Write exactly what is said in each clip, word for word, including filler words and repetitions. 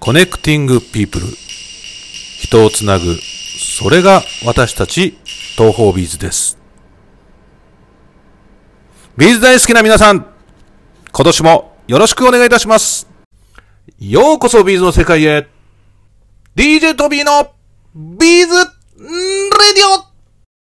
コネクティングピープル、人をつなぐ、それが私たち東方ビーズです。ビーズ大好きな皆さん、今年もよろしくお願いいたします。ようこそビーズの世界へ。 ディージェー トビーのビーズレディオ。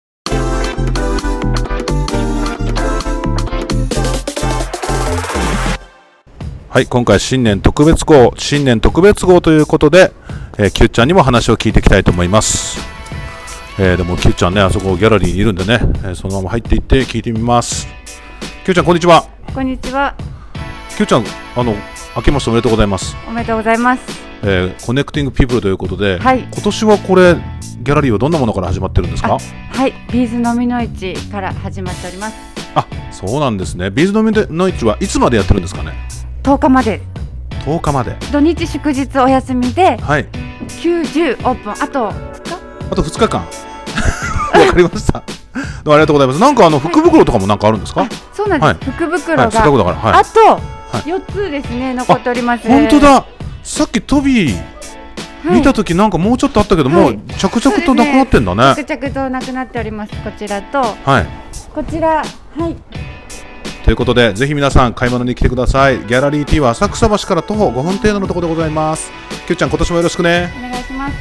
はい、今回新年特別号、新年特別号ということで、えー、キュッちゃんにも話を聞いていきたいと思います。えー、でもキュッちゃんね、あそこギャラリーにいるんでね、えー、そのまま入っていって聞いてみます。キュッちゃん、こんにちは。 こんにちは。 キュッちゃん、あの明けましておめでとうございます。 おめでとうございます。 えー、コネクティングピープルということで、 はい、 今年はこれギャラリーはどんなものから始まってるんですか？ はい、ビーズのみの市から始まっております。 あ、そうなんですね。ビーズのみの市はいつまでやってるんですかね？ とおかまで。 とおかまで。 土日祝日お休みで、 はい、 きゅう、じゅうオープン。あとふつか？あとふつかかん。わかりました。ありがとうございます。なんかあの福袋とかもなんかあるんですか？ そうなんです、はい、福袋が、はい、 せっかくだから、はい、 あとよっつですね、残っております。 本当だ。さっきトビー見たときなんかもうちょっとあったけど、はい、もう着々となくなってんだね。 着々となくなっております。こちらと、 はい、 こちら、はい。 ということで、ぜひ皆さん買い物に来てください。ギャラリー T は浅草橋から徒歩ごふん程度のところでございます。キュッちゃん、今年もよろしくね。 お願いします。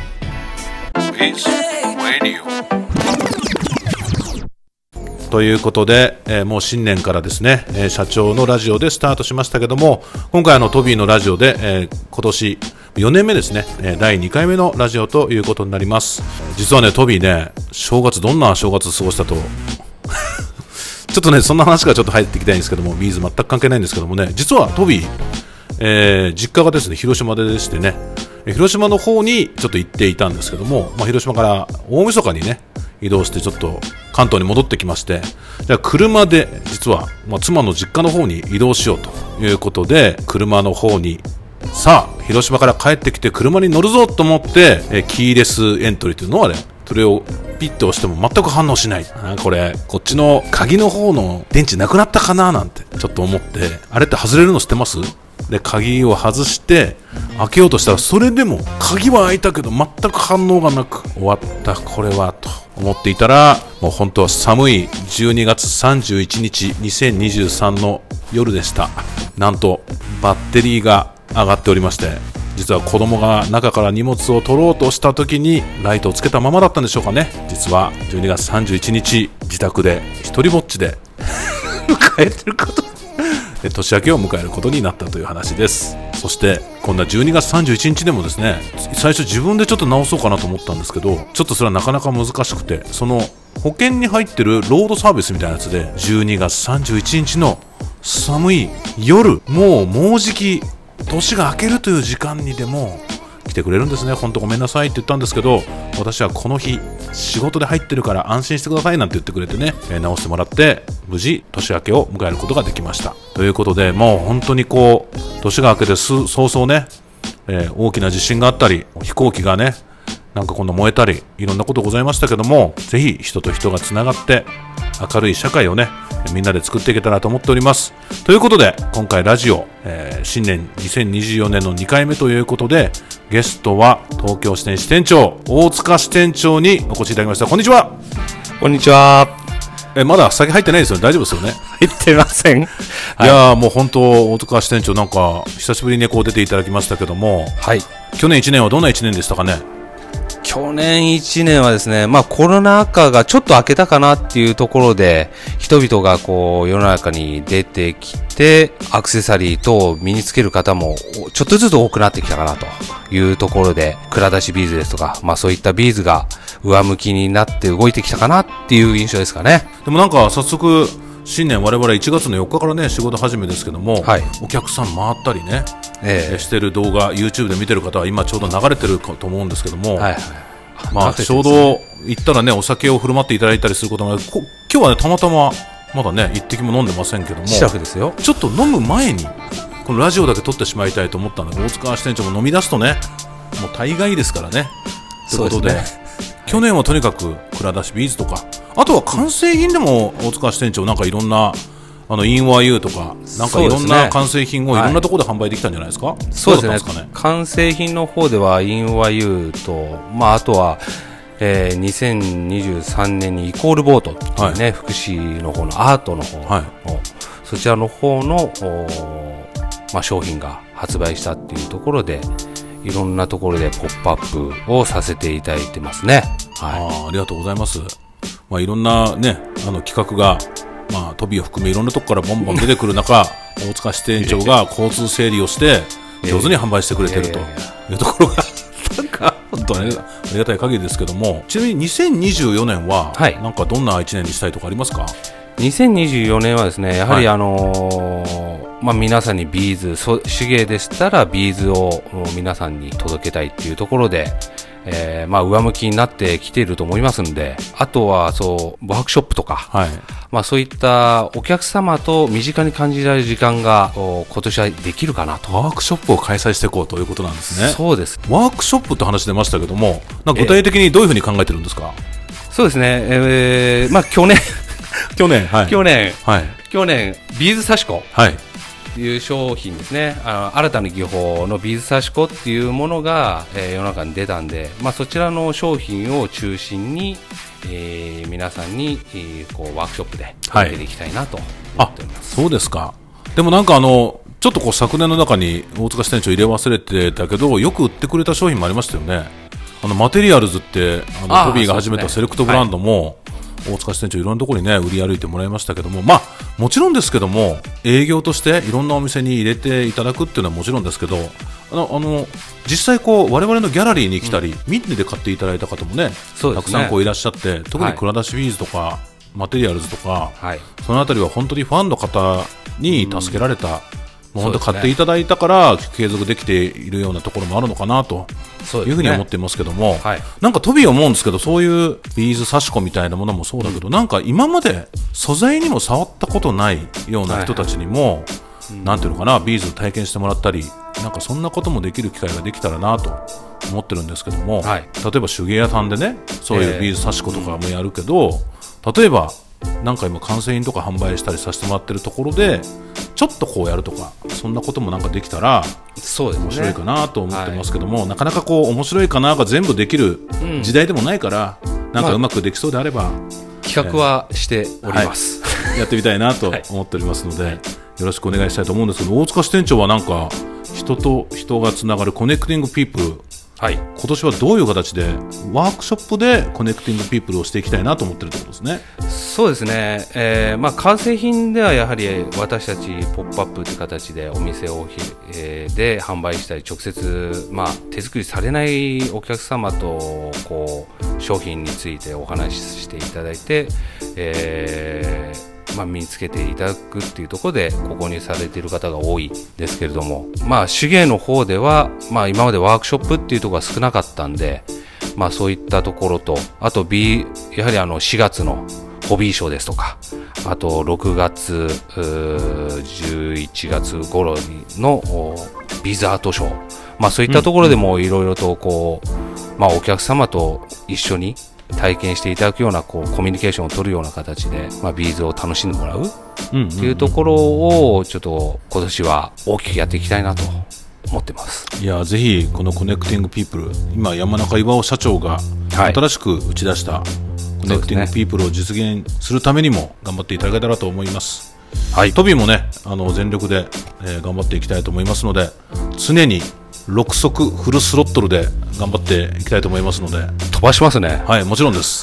ということで、えー、もう新年からですね、えー、社長のラジオでスタートしましたけども、今回あのトビーのラジオで、えー、今年よねんめですね、えー、だいにかいめのラジオということになります。実はね、トビーね、正月どんな正月過ごしたとちょっとね、そんな話がちょっと入ってきたいんですけども、ビーズ全く関係ないんですけどもね、実はトビー、えー、実家がですね、広島でしてね、広島の方にちょっと行っていたんですけども、まあ、広島から大晦日にね、移動してちょっと関東に戻ってきまして、じゃあ車で実は、まあ、妻の実家の方に移動しようということで、車の方に、さあ、広島から帰ってきて車に乗るぞと思って、えキーレスエントリーというのはね、それをピッと押しても全く反応しない。あ、これこっちの鍵の方の電池なくなったかななんてちょっと思って、あれって外れるの知ってます？で、鍵を外して開けようとしたら、それでも鍵は開いたけど全く反応がなく、終わった、これはと思っていたら、もう本当は寒いじゅうにがつさんじゅういちにちにせんにじゅうさんの夜でした。なんとバッテリーが上がっておりまして、実は子供が中から荷物を取ろうとした時にライトをつけたままだったんでしょうかね。実はじゅうにがつさんじゅういちにち自宅で一人ぼっちで迎えてることで、年明けを迎えることになったという話です。そしてこんなじゅうにがつさんじゅういちにちでもですね、最初自分でちょっと直そうかなと思ったんですけど、ちょっとそれはなかなか難しくて、その保険に入ってるロードサービスみたいなやつで、じゅうにがつさんじゅういちにちの寒い夜、もうもうじき年が明けるという時間にでも来てくれるんですね。本当ごめんなさいって言ったんですけど、私はこの日仕事で入ってるから安心してくださいなんて言ってくれてね、えー、直してもらって無事年明けを迎えることができました。ということで、もう本当にこう年が明けてす早々ね、えー、大きな地震があったり、飛行機がねなんか今度燃えたり、いろんなことございましたけども、ぜひ人と人がつながって明るい社会をね、みんなで作っていけたらと思っております。ということで、今回ラジオ、えー、新年にせんにじゅうよねんのにかいめということで、ゲストは東京支店支店長、大塚支店長にお越しいただきました。こんにちは。 こんにちは。 え、まだ先入ってないですよね。大丈夫ですよね。 入ってません。 いやー、もう本当大塚支店長、なんか久しぶりにこう出ていただきましたけども、 はい。 去年いちねんはどんないちねんでしたかね。 去年いちねんはですね、まあコロナ禍がちょっと明けたかなっていうところで、人々がこう世の中に出てきて、アクセサリー等を身につける方もちょっとずつ多くなってきたかなというところで、蔵出しビーズですとか、まあそういったビーズが上向きになって動いてきたかなっていう印象ですかね。 でもなんか早速新年我々いちがつのよっかからね仕事始めですけども、はい、お客さん回ったりね、えー、してる動画 YouTube で見てる方は今ちょうど流れてるかと思うんですけども、はいはい、まあ、ちょうど行ったらねお酒を振る舞っていただいたりすることが、今日はねたまたままだね一滴も飲んでませんけども、 シラフですよ。 ちょっと飲む前にこのラジオだけ撮ってしまいたいと思ったので、大塚支店長も飲み出すとねもう大概ですからね。ということで、ね、去年はとにかく蔵出しビーズとか、あとは完成品でも大塚支店長なんかいろんなあのインワーユーとかなんかいろんな完成品をいろんなところで販売できたんじゃないですか。 そうですね。 どうだったんですかね。 完成品の方ではインワーユーと、まあ、あとは、えー、にせんにじゅうさんねんにイコールボートっていうね、はい、福祉の方のアートの方の、はい、そちらの方の、まあ、商品が発売したっていうところでいろんなところでポップアップをさせていただいてますね。 はい、あ, ありがとうございます。まあ、いろんなねあの企画が、まあ、トビを含めいろんなところからボンボン出てくる中大塚支店長が交通整理をして上手に販売してくれてるというところがなんか本当にありがたい限りですけども、ちなみににせんにじゅうよねんは、はい、なんかどんないちねんにしたいとかありますか。 にせんにじゅうよねんはですねやはり、はい、あのーまあ、皆さんにビーズそ手芸でしたらビーズを皆さんに届けたいっていうところで、えーまあ、上向きになってきていると思いますんで、あとはそうワークショップとか、はい、まあ、そういったお客様と身近に感じられる時間が今年はできるかなと。 ワークショップを開催していこうということなんですね。 そうです。 ワークショップって話出ましたけども、なんか具体的にどういうふうに考えてるんですか。 えー、そうですね、えーまあ、去年去年、はい、 去年、 はい、 去年ビーズ刺し子、 はい、 いう商品ですね。あの新たな技法のビーズ刺し子っていうものが、えー、世の中に出たんで、まあ、そちらの商品を中心に、えー、皆さんに、えー、こうワークショップで届けていきたいなと思っております。 はい、あ、そうですか。でもなんかあのちょっとこう昨年の中に大塚支店長入れ忘れてたけどよく売ってくれた商品もありましたよね。あのマテリアルズってあのトビーが始めたセレクトブランドも、大塚支店長いろんなところにね売り歩いてもらいましたけども、まあもちろんですけども営業としていろんなお店に入れていただくっていうのはもちろんですけど、あのあの実際こう我々のギャラリーに来たり、うん、ミンネで買っていただいた方も ね, ねたくさんこういらっしゃって、特に蔵出しビーズとか、はい、マテリアルズとか、はい、そのあたりは本当にファンの方に助けられた、うん、もう本当買っていただいたから継続できているようなところもあるのかなというふうに思っていますけども、はい、なんかトビー思うんですけど、そういうビーズ刺し子みたいなものもそうだけど、うん、なんか今まで素材にも触ったことないような人たちにも、はいはい、なんていうのかな、ビーズ体験してもらったり、なんかそんなこともできる機会ができたらなと思ってるんですけども、はい、例えば手芸屋さんでねそういうビーズ刺し子とかもやるけど、えー、例えばなんか今完成品とか販売したりさせてもらってるところでちょっとこうやるとか、そんなこともなんかできたらそうですね、 面白いかなと思ってますけども、はい、なかなかこう面白いかなが全部できる時代でもないから、うん、なんかうまくできそうであれば、まあ、企画はしております、 はい、やってみたいなと思っておりますので、はい、よろしくお願いしたいと思うんですけど、大塚支店長はなんか人と人がつながるコネクティングピープル、はい、今年はどういう形でワークショップでコネクティングピープルをしていきたいなと思ってるところですね。 そうですね、えーまあ、完成品ではやはり私たちポップアップという形でお店を、えー、で販売したり直接、まあ、手作りされないお客様とこう商品についてお話ししていただいて、えーまあ、身につけていただくっていうところでご購入されている方が多いですけれども、まあ、手芸の方では、まあ、今までワークショップっていうところが少なかったんで、まあ、そういったところと、あと B やはりあのしがつのホビーショーですとか、あとろくがつじゅういちがつ頃のビーズアートショー、まあ、そういったところでもいろいろとこう、まあ、お客様と一緒に体験していただくようなこうコミュニケーションを取るような形で、まあ、ビーズを楽しんでもらうっていうところをちょっと今年は大きくやっていきたいなと思ってます。 いやぜひこのコネクティングピープル、今山中巌社長が新しく打ち出したコネクティングピープルを実現するためにも頑張っていただけたらと思います。はい、トビーもねあの全力で、えー、頑張っていきたいと思いますので、常にろく速フルスロットルで頑張っていきたいと思いますので。 飛ばしますね。 はい、もちろんです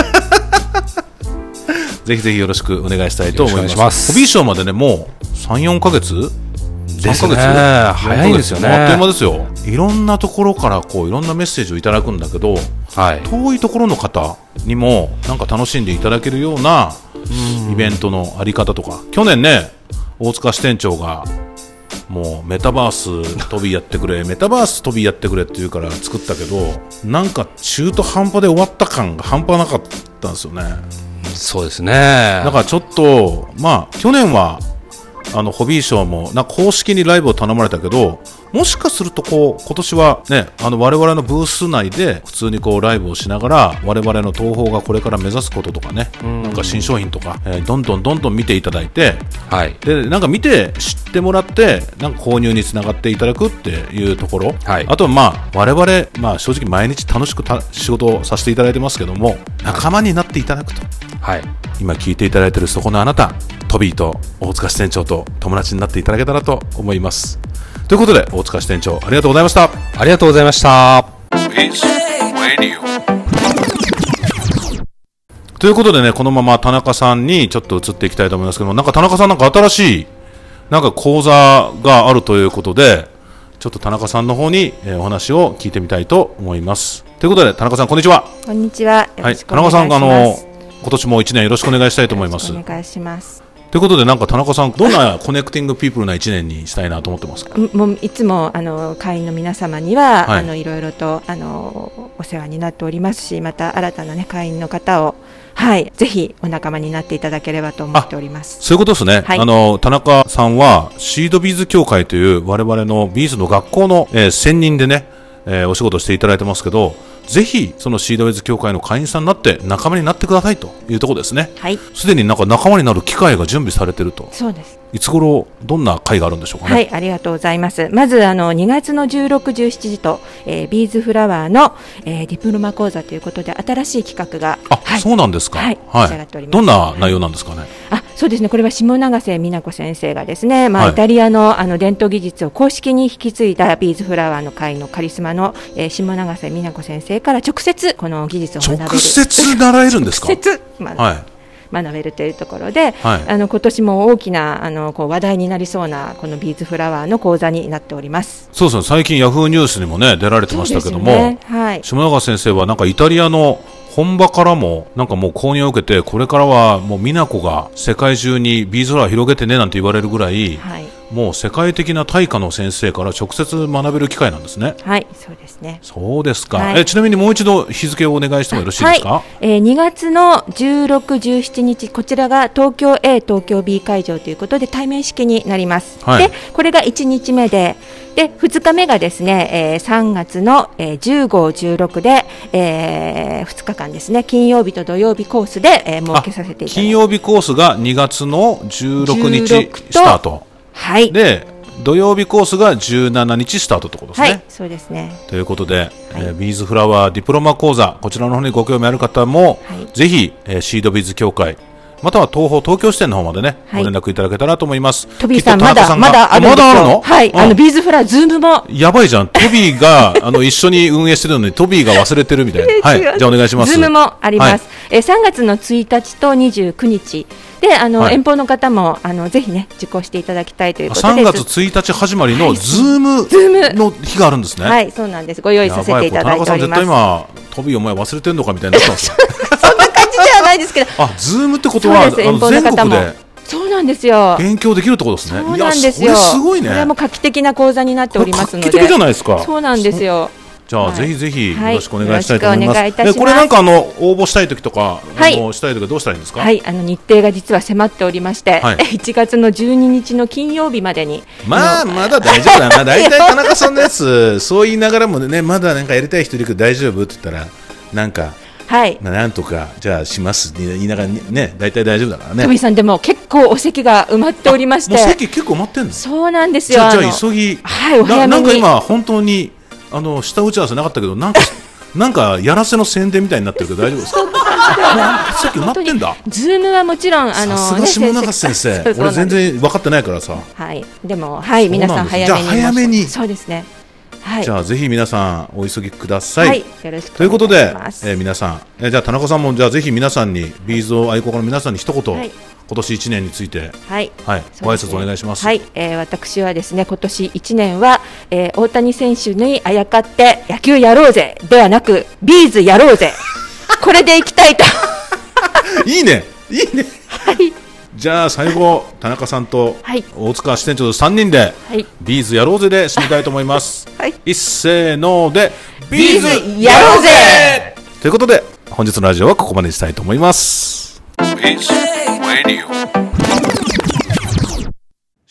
ぜひぜひよろしくお願いしたいと思います。 ます。 ホビーショーまでねもう さん,よん ヶ月ですね。早いですよね。 あっという間ですよ。いろんなところからこういろんなメッセージをいただくんだけど、はい、遠いところの方にもなんか楽しんでいただけるようなイベントのあり方とか、去年ね大塚支店長がもうメタバース飛びやってくれメタバース飛びやってくれって言うから作ったけど、なんか中途半端で終わった感が半端なかったんですよね。 そうですね。 だからちょっとまあ去年はあのホビーショーもなんか公式にライブを頼まれたけど、もしかするとこう今年はね、あの我々のブース内で普通にこうライブをしながら我々の東宝がこれから目指すこととかね、なんか新商品とか、えー、どんどんどんどん見ていただいて、はい、でなんか見て知ってもらってなんか購入につながっていただくっていうところ、はい、あとはまあ我々、まあ、正直毎日楽しくた仕事をさせていただいてますけども、仲間になっていただくと、はい、今聞いていただいているそこのあなた、トビーと大塚支店長と友達になっていただけたらと思います。ということで大塚支店長ありがとうございました。 ありがとうございました。 ということでね、このまま田中さんにちょっと移っていきたいと思いますけども、なんか田中さんなんか新しいなんか講座があるということで、ちょっと田中さんの方に、えー、お話を聞いてみたいと思います。ということで田中さんこんにちは。 こんにちは。よろしくお願いします。 はい、田中さんあの今年もいちねんよろしくお願いしたいと思います。 お願いします。 ということでなんか田中さんどんなコネクティングピープルないちねんにしたいなと思ってますか？ もういつもあの会員の皆様には、はい、あのいろいろとあのお世話になっておりますし、また新たな、ね、会員の方を、はい、ぜひお仲間になっていただければと思っております。 そういうことですね、はい、あの田中さんはシードビーズ協会という我々のビーズの学校の、えー、専任でね、えー、お仕事していただいてますけど、ぜひそのシードウェイズ協会の会員さんになって仲間になってくださいというところですね。はい。すでになんか仲間になる機会が準備されていると。 そうです。 いつ頃どんな会があるんでしょうかね。 はい、ありがとうございます。まずあのにがつのじゅうろく、じゅうしちじと、えー、ビーズフラワーの、えー、ディプロマ講座ということで新しい企画が、 あ、はい、そうなんですか。はい。はい、仕上がっております。どんな内容なんですかね。 あ、そうですね。これは下永瀬美奈子先生がですね、まあ、はい、イタリアのあの伝統技術を公式に引き継いだビーズフラワーの会のカリスマの、えー、下永瀬美奈子先生から直接この技術を学べる。 直接習えるんですか。 直接、まあ、はい。学べるというところで、はい、あの今年も大きなあのこう話題になりそうなこのビーズフラワーの講座になっております。 そうですね、最近ヤフーニュースにもね出られてましたけども、ね、はい、下永先生はなんかイタリアの本場からもなんかもう購入を受けて、これからはもう美奈子が世界中にビーズフラワー広げてねなんて言われるぐらい、はい、もう世界的な大家の先生から直接学べる機会なんですね。 はい、そうですね。 そうですか、はい、えちなみにもう一度日付をお願いしてもよろしいですか。はい、 えー、にがつのじゅうろく、じゅうしちにち、こちらが東京 A 東京 B 会場ということで対面式になります。はい、でこれがいちにちめで、でふつかめがですね、えー、さんがつの、えー、じゅうご、じゅうろくで、えー、ふつかかんですね、金曜日と土曜日コースで、えー、設けさせていただきます。 金曜日コースがにがつのじゅうろくにちスタート、はい、で土曜日コースがじゅうしちにちスタートということですね。はい、そうですね。ということで、はい、えー、ビーズフラワーディプロマ講座、こちらの方にご興味ある方も、はい、ぜひ、えー、シードビーズ協会または東宝東京支店の方までね、はい、ご連絡いただけたらと思います。 トビーさんまだまだあるんですよ。まだあるの？はい、あのビーズフラズームもやばいじゃん。トビーがあの一緒に運営してるのにトビーが忘れてるみたいな。はい、じゃあお願いします。 ズームもあります。はい、えさんがつのついたちとにじゅうくにちで、あの、はい、遠方の方もあのぜひね受講していただきたいということで、 さんがつついたち始まりのズームの日があるんですね。 はい、そうなんです。ご用意させていただいております。 田中さん絶対今トビーお前忘れてんのかみたいになってますよ。 そんな感じではないですけど。 あ、ズームってことはあの全国でそうなんですよ。 勉強できるってことですね。 そうなんですよ。 いや、それすごいね。 これはもう画期的な講座になっておりますので。 画期的じゃないですか。 そうなんですよ。 じゃあ、はい、ぜひぜひよろしくお願いしたいと思います。 はい、これなんかあの応募したい時とか、はい、あのしたい時はどうしたらいいんですか。 はい、あの日程が実は迫っておりまして、はい、いちがつのじゅうににちの金曜日までに。 まあまだ大丈夫だな。大体田中さんのやつそう言いながらもね、まだなんかやりたい人いるけど大丈夫って言ったらなんか。はい、なんとかじゃあしますって言いながらね、大体大丈夫だからね。 トビさんでも結構お席が埋まっておりまして。 もう席結構埋まってんの。 そうなんですよ。 じゃあ、じゃあ急ぎ、はい、お早めに。な、なんか今本当にあの下打ち合わせなかったけど、なんかなんかやらせの宣伝みたいになってるけど大丈夫ですか。席埋まってんだ。 ズームはもちろんあのさすが下永先生、ね、俺全然分かってないからさ。 はい、でもはい皆さん早めに。 じゃあ早めに。 そうですね。はい、 じゃあぜひ皆さんお急ぎください。 はい、よろしくお願いします。 ということで、えー、皆さん、えー、じゃあ田中さんもじゃあぜひ皆さんにビーズを愛好家の皆さんに一言、はい、今年いちねんについて、はいはい、ご挨拶お願いします。 はい、えー、私はですね今年いちねんは、えー、大谷選手にあやかって野球やろうぜではなくビーズやろうぜこれでいきたいと。 いいねいいね。はい。じゃあ最後田中さんと大塚支店長とさんにんで、はい、ビーズやろうぜで締めたいと思います。はい、一せーのでビーズやろうぜということで本日のラジオはここまでにしたいと思います。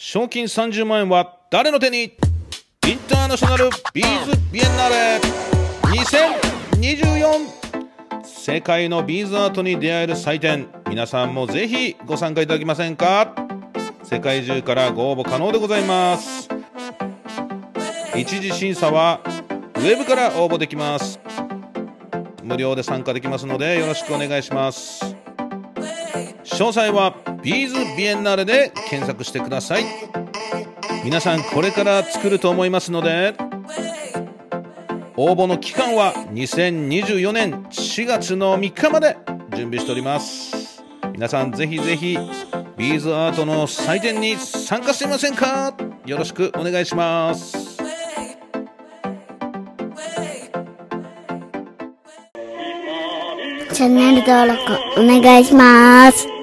賞金さんじゅうまんえんは誰の手に？インターナショナルビーズビエンナーレにせんにじゅうよん、世界のビーズアートに出会える祭典、皆さんもぜひご参加いただけませんか？世界中からご応募可能でございます。一次審査はウェブから応募できます。無料で参加できますのでよろしくお願いします。詳細はビーズビエンナーレで検索してください。皆さんこれから作ると思いますので、応募の期間はにせんにじゅうよねんしがつのみっかまで準備しております。皆さんぜひぜひビーズアートの祭典に参加してみませんか？よろしくお願いします。 チャンネル登録お願いします。